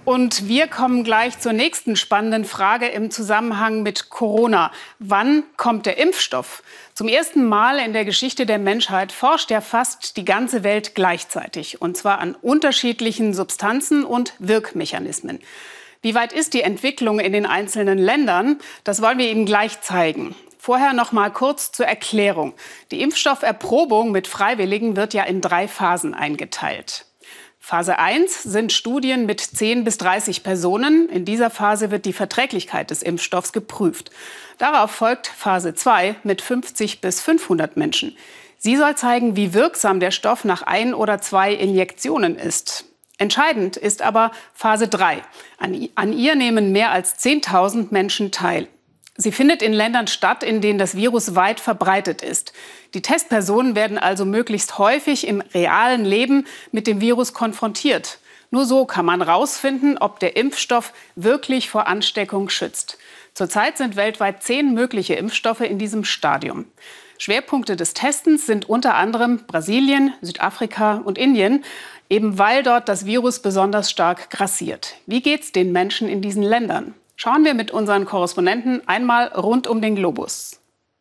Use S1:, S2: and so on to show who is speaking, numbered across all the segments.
S1: Und wir kommen gleich zur nächsten spannenden Frage im Zusammenhang mit Corona. Wann kommt der Impfstoff? Zum ersten Mal in der Geschichte der Menschheit forscht ja fast die ganze Welt gleichzeitig. Und zwar an unterschiedlichen Substanzen und Wirkmechanismen. Wie weit ist die Entwicklung in den einzelnen Ländern? Das wollen wir Ihnen gleich zeigen. Vorher noch mal kurz zur Erklärung. Die Impfstofferprobung mit Freiwilligen wird ja in 3 Phasen eingeteilt. Phase 1 sind Studien mit 10 bis 30 Personen. In dieser Phase wird die Verträglichkeit des Impfstoffs geprüft. Darauf folgt Phase 2 mit 50 bis 500 Menschen. Sie soll zeigen, wie wirksam der Stoff nach 1 oder 2 Injektionen ist. Entscheidend ist aber Phase 3. An ihr nehmen mehr als 10.000 Menschen teil. Sie findet in Ländern statt, in denen das Virus weit verbreitet ist. Die Testpersonen werden also möglichst häufig im realen Leben mit dem Virus konfrontiert. Nur so kann man herausfinden, ob der Impfstoff wirklich vor Ansteckung schützt. Zurzeit sind weltweit 10 mögliche Impfstoffe in diesem Stadium. Schwerpunkte des Testens sind unter anderem Brasilien, Südafrika und Indien, eben weil dort das Virus besonders stark grassiert. Wie geht's den Menschen in diesen Ländern? Schauen wir mit unseren Korrespondenten einmal rund um den Globus.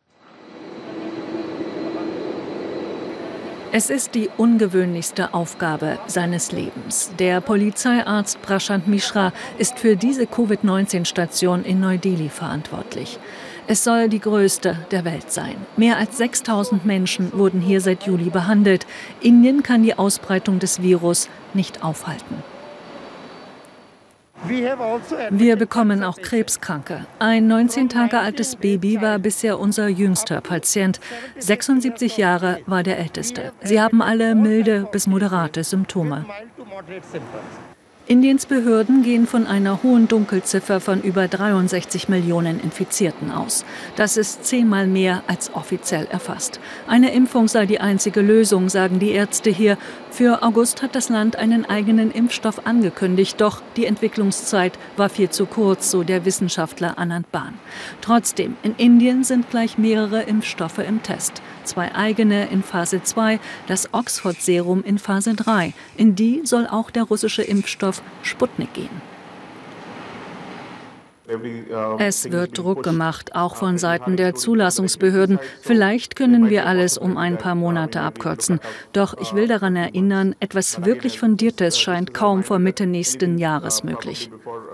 S2: Es ist die ungewöhnlichste Aufgabe seines Lebens. Der Polizeiarzt Prashant Mishra ist für diese Covid-19-Station in Neu-Delhi verantwortlich. Es soll die größte der Welt sein. Mehr als 6.000 Menschen wurden hier seit Juli behandelt. Indien kann die Ausbreitung des Virus nicht aufhalten. Wir bekommen auch Krebskranke. Ein 19 Tage altes Baby war bisher unser jüngster Patient. 76 Jahre war der älteste. Sie haben alle milde bis moderate Symptome. Indiens Behörden gehen von einer hohen Dunkelziffer von über 63 Millionen Infizierten aus. Das ist 10-mal mehr als offiziell erfasst. Eine Impfung sei die einzige Lösung, sagen die Ärzte hier. Für August hat das Land einen eigenen Impfstoff angekündigt, doch die Entwicklungszeit war viel zu kurz, so der Wissenschaftler Anand Ban. Trotzdem, in Indien sind gleich mehrere Impfstoffe im Test. 2 eigene in Phase 2, das Oxford-Serum in Phase 3. In die soll auch der russische Impfstoff Sputnik gehen. Es wird Druck gemacht, auch von Seiten der Zulassungsbehörden. Vielleicht können wir alles um ein paar Monate abkürzen. Doch ich will daran erinnern, etwas wirklich Fundiertes scheint kaum vor Mitte nächsten Jahres möglich.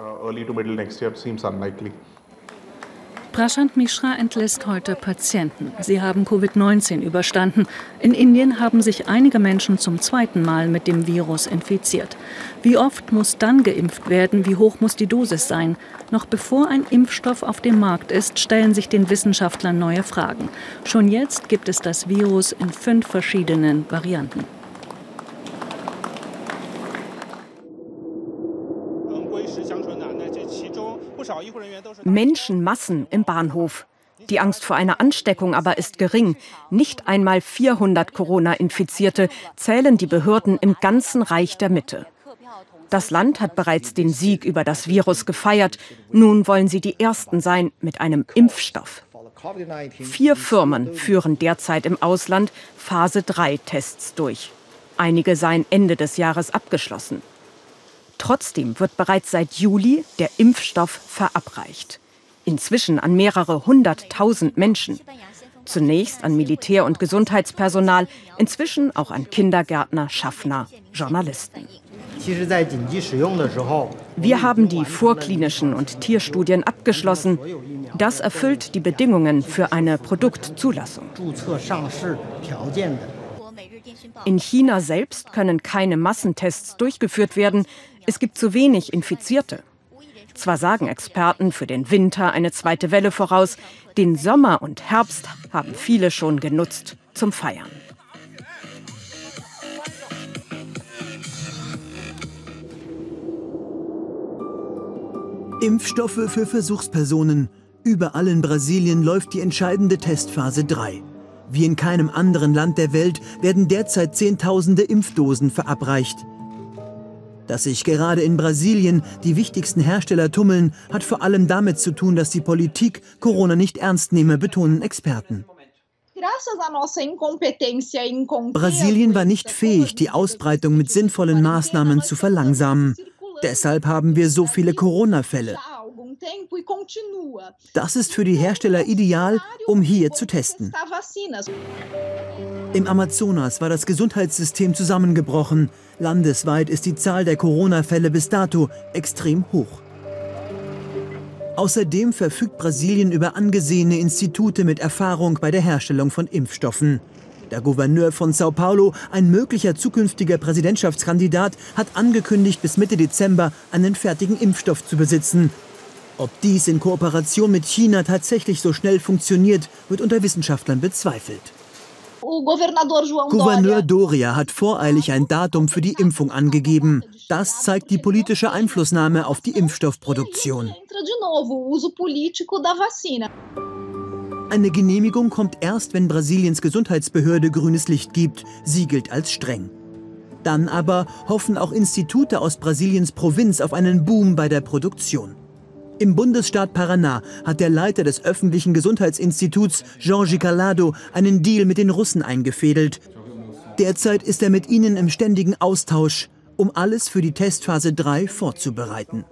S2: Prashant Mishra entlässt heute Patienten. Sie haben Covid-19 überstanden. In Indien haben sich einige Menschen zum 2. Mal mit dem Virus infiziert. Wie oft muss dann geimpft werden? Wie hoch muss die Dosis sein? Noch bevor ein Impfstoff auf dem Markt ist, stellen sich den Wissenschaftlern neue Fragen. Schon jetzt gibt es das Virus in 5 verschiedenen Varianten.
S3: Menschenmassen im Bahnhof. Die Angst vor einer Ansteckung aber ist gering. Nicht einmal 400 Corona-Infizierte zählen die Behörden im ganzen Reich der Mitte. Das Land hat bereits den Sieg über das Virus gefeiert. Nun wollen sie die Ersten sein mit einem Impfstoff. 4 Firmen führen derzeit im Ausland Phase 3 Tests durch. Einige seien Ende des Jahres abgeschlossen. Trotzdem wird bereits seit Juli der Impfstoff verabreicht. Inzwischen an mehrere 100.000 Menschen. Zunächst an Militär- und Gesundheitspersonal, inzwischen auch an Kindergärtner, Schaffner, Journalisten. Wir haben die vorklinischen und Tierstudien abgeschlossen. Das erfüllt die Bedingungen für eine Produktzulassung. In China selbst können keine Massentests durchgeführt werden. Es gibt zu wenig Infizierte. Zwar sagen Experten für den Winter eine zweite Welle voraus, den Sommer und Herbst haben viele schon genutzt zum Feiern.
S4: Impfstoffe für Versuchspersonen. Überall in Brasilien läuft die entscheidende Testphase 3. Wie in keinem anderen Land der Welt werden derzeit Zehntausende Impfdosen verabreicht. Dass sich gerade in Brasilien die wichtigsten Hersteller tummeln, hat vor allem damit zu tun, dass die Politik Corona nicht ernst nehme, betonen Experten. Brasilien war nicht fähig, die Ausbreitung mit sinnvollen Maßnahmen zu verlangsamen. Deshalb haben wir so viele Corona-Fälle. Das ist für die Hersteller ideal, um hier zu testen. Im Amazonas war das Gesundheitssystem zusammengebrochen. Landesweit ist die Zahl der Corona-Fälle bis dato extrem hoch. Außerdem verfügt Brasilien über angesehene Institute mit Erfahrung bei der Herstellung von Impfstoffen. Der Gouverneur von São Paulo, ein möglicher zukünftiger Präsidentschaftskandidat, hat angekündigt, bis Mitte Dezember einen fertigen Impfstoff zu besitzen. Ob dies in Kooperation mit China tatsächlich so schnell funktioniert, wird unter Wissenschaftlern bezweifelt. Gouverneur Doria hat voreilig ein Datum für die Impfung angegeben. Das zeigt die politische Einflussnahme auf die Impfstoffproduktion. Eine Genehmigung kommt erst, wenn Brasiliens Gesundheitsbehörde grünes Licht gibt. Sie gilt als streng. Dann aber hoffen auch Institute aus Brasiliens Provinz auf einen Boom bei der Produktion. Im Bundesstaat Paraná hat der Leiter des öffentlichen Gesundheitsinstituts, Jorge Calado, einen Deal mit den Russen eingefädelt. Derzeit ist er mit ihnen im ständigen Austausch, um alles für die Testphase 3 vorzubereiten.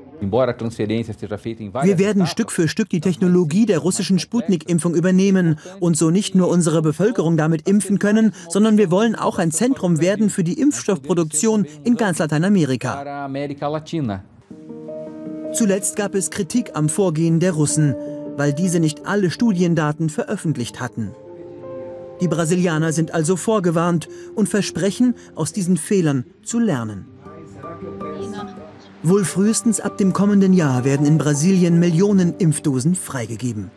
S4: Wir werden Stück für Stück die Technologie der russischen Sputnik-Impfung übernehmen und so nicht nur unsere Bevölkerung damit impfen können, sondern wir wollen auch ein Zentrum werden für die Impfstoffproduktion in ganz Lateinamerika. Zuletzt gab es Kritik am Vorgehen der Russen, weil diese nicht alle Studiendaten veröffentlicht hatten. Die Brasilianer sind also vorgewarnt und versprechen, aus diesen Fehlern zu lernen. Wohl frühestens ab dem kommenden Jahr werden in Brasilien Millionen Impfdosen freigegeben.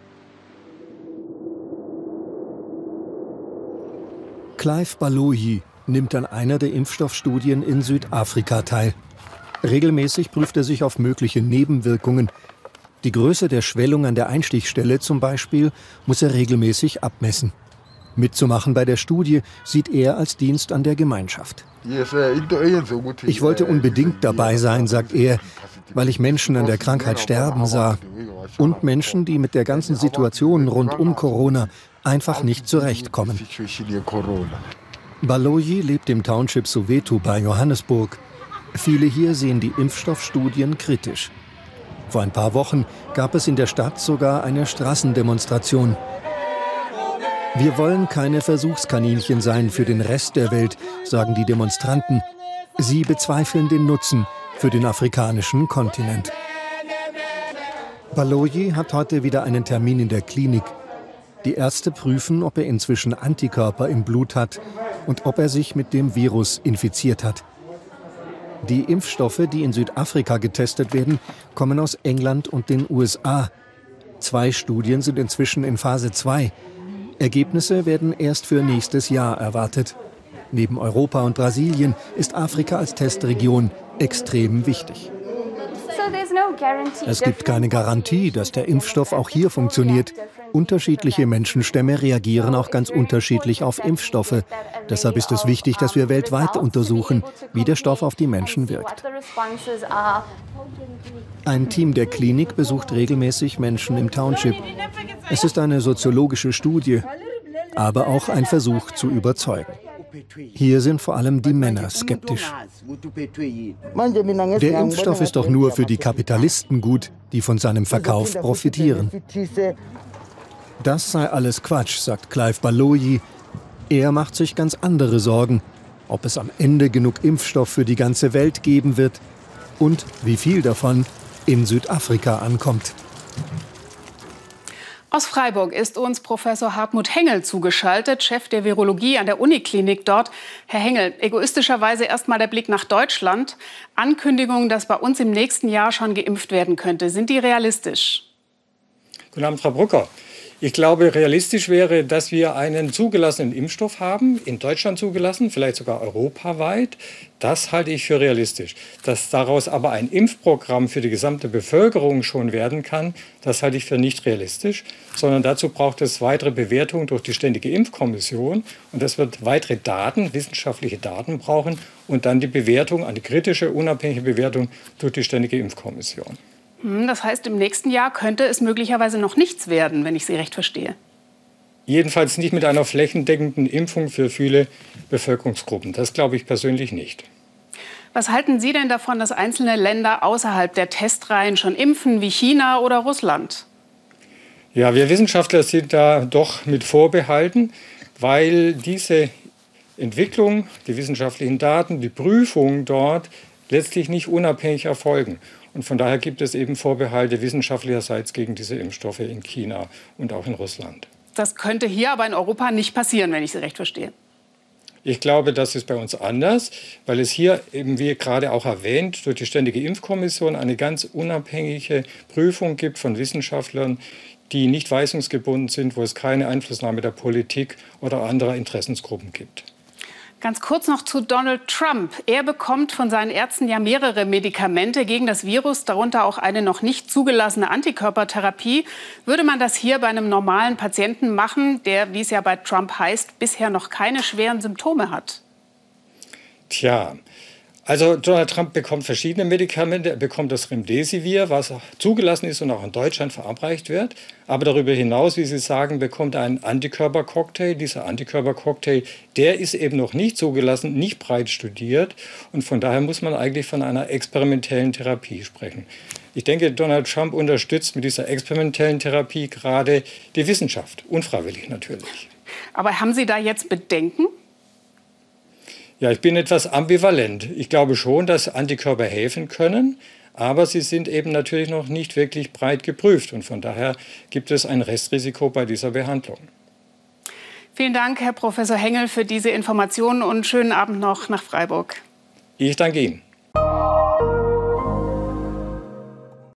S5: Clive Baloyi nimmt an einer der Impfstoffstudien in Südafrika teil. Regelmäßig prüft er sich auf mögliche Nebenwirkungen. Die Größe der Schwellung an der Einstichstelle zum Beispiel muss er regelmäßig abmessen. Mitzumachen bei der Studie sieht er als Dienst an der Gemeinschaft. Ich wollte unbedingt dabei sein, sagt er, weil ich Menschen an der Krankheit sterben sah. Und Menschen, die mit der ganzen Situation rund um Corona einfach nicht zurechtkommen. Baloyi lebt im Township Soweto bei Johannesburg. Viele hier sehen die Impfstoffstudien kritisch. Vor ein paar Wochen gab es in der Stadt sogar eine Straßendemonstration. Wir wollen keine Versuchskaninchen sein für den Rest der Welt, sagen die Demonstranten. Sie bezweifeln den Nutzen für den afrikanischen Kontinent. Baloyi hat heute wieder einen Termin in der Klinik. Die Ärzte prüfen, ob er inzwischen Antikörper im Blut hat und ob er sich mit dem Virus infiziert hat. Die Impfstoffe, die in Südafrika getestet werden, kommen aus England und den USA. 2 Studien sind inzwischen in Phase 2. Ergebnisse werden erst für nächstes Jahr erwartet. Neben Europa und Brasilien ist Afrika als Testregion extrem wichtig. Es gibt keine Garantie, dass der Impfstoff auch hier funktioniert. Unterschiedliche Menschenstämme reagieren auch ganz unterschiedlich auf Impfstoffe. Deshalb ist es wichtig, dass wir weltweit untersuchen, wie der Stoff auf die Menschen wirkt. Ein Team der Klinik besucht regelmäßig Menschen im Township. Es ist eine soziologische Studie, aber auch ein Versuch zu überzeugen. Hier sind vor allem die Männer skeptisch. Der Impfstoff ist doch nur für die Kapitalisten gut, die von seinem Verkauf profitieren. Das sei alles Quatsch, sagt Clive Baloyi. Er macht sich ganz andere Sorgen, ob es am Ende genug Impfstoff für die ganze Welt geben wird und wie viel davon in Südafrika ankommt.
S1: Aus Freiburg ist uns Professor Hartmut Hengel zugeschaltet, Chef der Virologie an der Uniklinik dort. Herr Hengel, egoistischerweise erstmal der Blick nach Deutschland. Ankündigungen, dass bei uns im nächsten Jahr schon geimpft werden könnte, sind die realistisch?
S6: Guten Abend, Frau Brucker. Ich glaube, realistisch wäre, dass wir einen zugelassenen Impfstoff haben, in Deutschland zugelassen, vielleicht sogar europaweit. Das halte ich für realistisch. Dass daraus aber ein Impfprogramm für die gesamte Bevölkerung schon werden kann, das halte ich für nicht realistisch, sondern dazu braucht es weitere Bewertungen durch die Ständige Impfkommission. Und das wird weitere Daten, wissenschaftliche Daten brauchen und dann die Bewertung, eine kritische, unabhängige Bewertung durch die Ständige Impfkommission.
S1: Das heißt, im nächsten Jahr könnte es möglicherweise noch nichts werden, wenn ich Sie recht verstehe.
S6: Jedenfalls nicht mit einer flächendeckenden Impfung für viele Bevölkerungsgruppen. Das glaube ich persönlich nicht.
S1: Was halten Sie denn davon, dass einzelne Länder außerhalb der Testreihen schon impfen, wie China oder Russland?
S6: Ja, wir Wissenschaftler sind da doch mit Vorbehalten, weil diese Entwicklung, die wissenschaftlichen Daten, die Prüfung dort letztlich nicht unabhängig erfolgen. Und von daher gibt es eben Vorbehalte wissenschaftlicherseits gegen diese Impfstoffe in China und auch in Russland.
S1: Das könnte hier aber in Europa nicht passieren, wenn ich Sie recht verstehe.
S6: Ich glaube, das ist bei uns anders, weil es hier eben, wie gerade auch erwähnt, durch die Ständige Impfkommission eine ganz unabhängige Prüfung gibt von Wissenschaftlern, die nicht weisungsgebunden sind, wo es keine Einflussnahme der Politik oder anderer Interessensgruppen gibt.
S1: Ganz kurz noch zu Donald Trump. Er bekommt von seinen Ärzten ja mehrere Medikamente gegen das Virus, darunter auch eine noch nicht zugelassene Antikörpertherapie. Würde man das hier bei einem normalen Patienten machen, der, wie es ja bei Trump heißt, bisher noch keine schweren Symptome hat?
S6: Tja, also Donald Trump bekommt verschiedene Medikamente. Er bekommt das Remdesivir, was zugelassen ist und auch in Deutschland verabreicht wird. Aber darüber hinaus, wie Sie sagen, bekommt er einen Antikörpercocktail. Dieser Antikörpercocktail, der ist eben noch nicht zugelassen, nicht breit studiert. Und von daher muss man eigentlich von einer experimentellen Therapie sprechen. Ich denke, Donald Trump unterstützt mit dieser experimentellen Therapie gerade die Wissenschaft. Unfreiwillig natürlich.
S1: Aber haben Sie da jetzt Bedenken?
S6: Ja, ich bin etwas ambivalent. Ich glaube schon, dass Antikörper helfen können, aber sie sind eben natürlich noch nicht wirklich breit geprüft. Und von daher gibt es ein Restrisiko bei dieser Behandlung.
S1: Vielen Dank, Herr Professor Hengel, für diese Informationen und schönen Abend noch nach Freiburg.
S6: Ich danke Ihnen.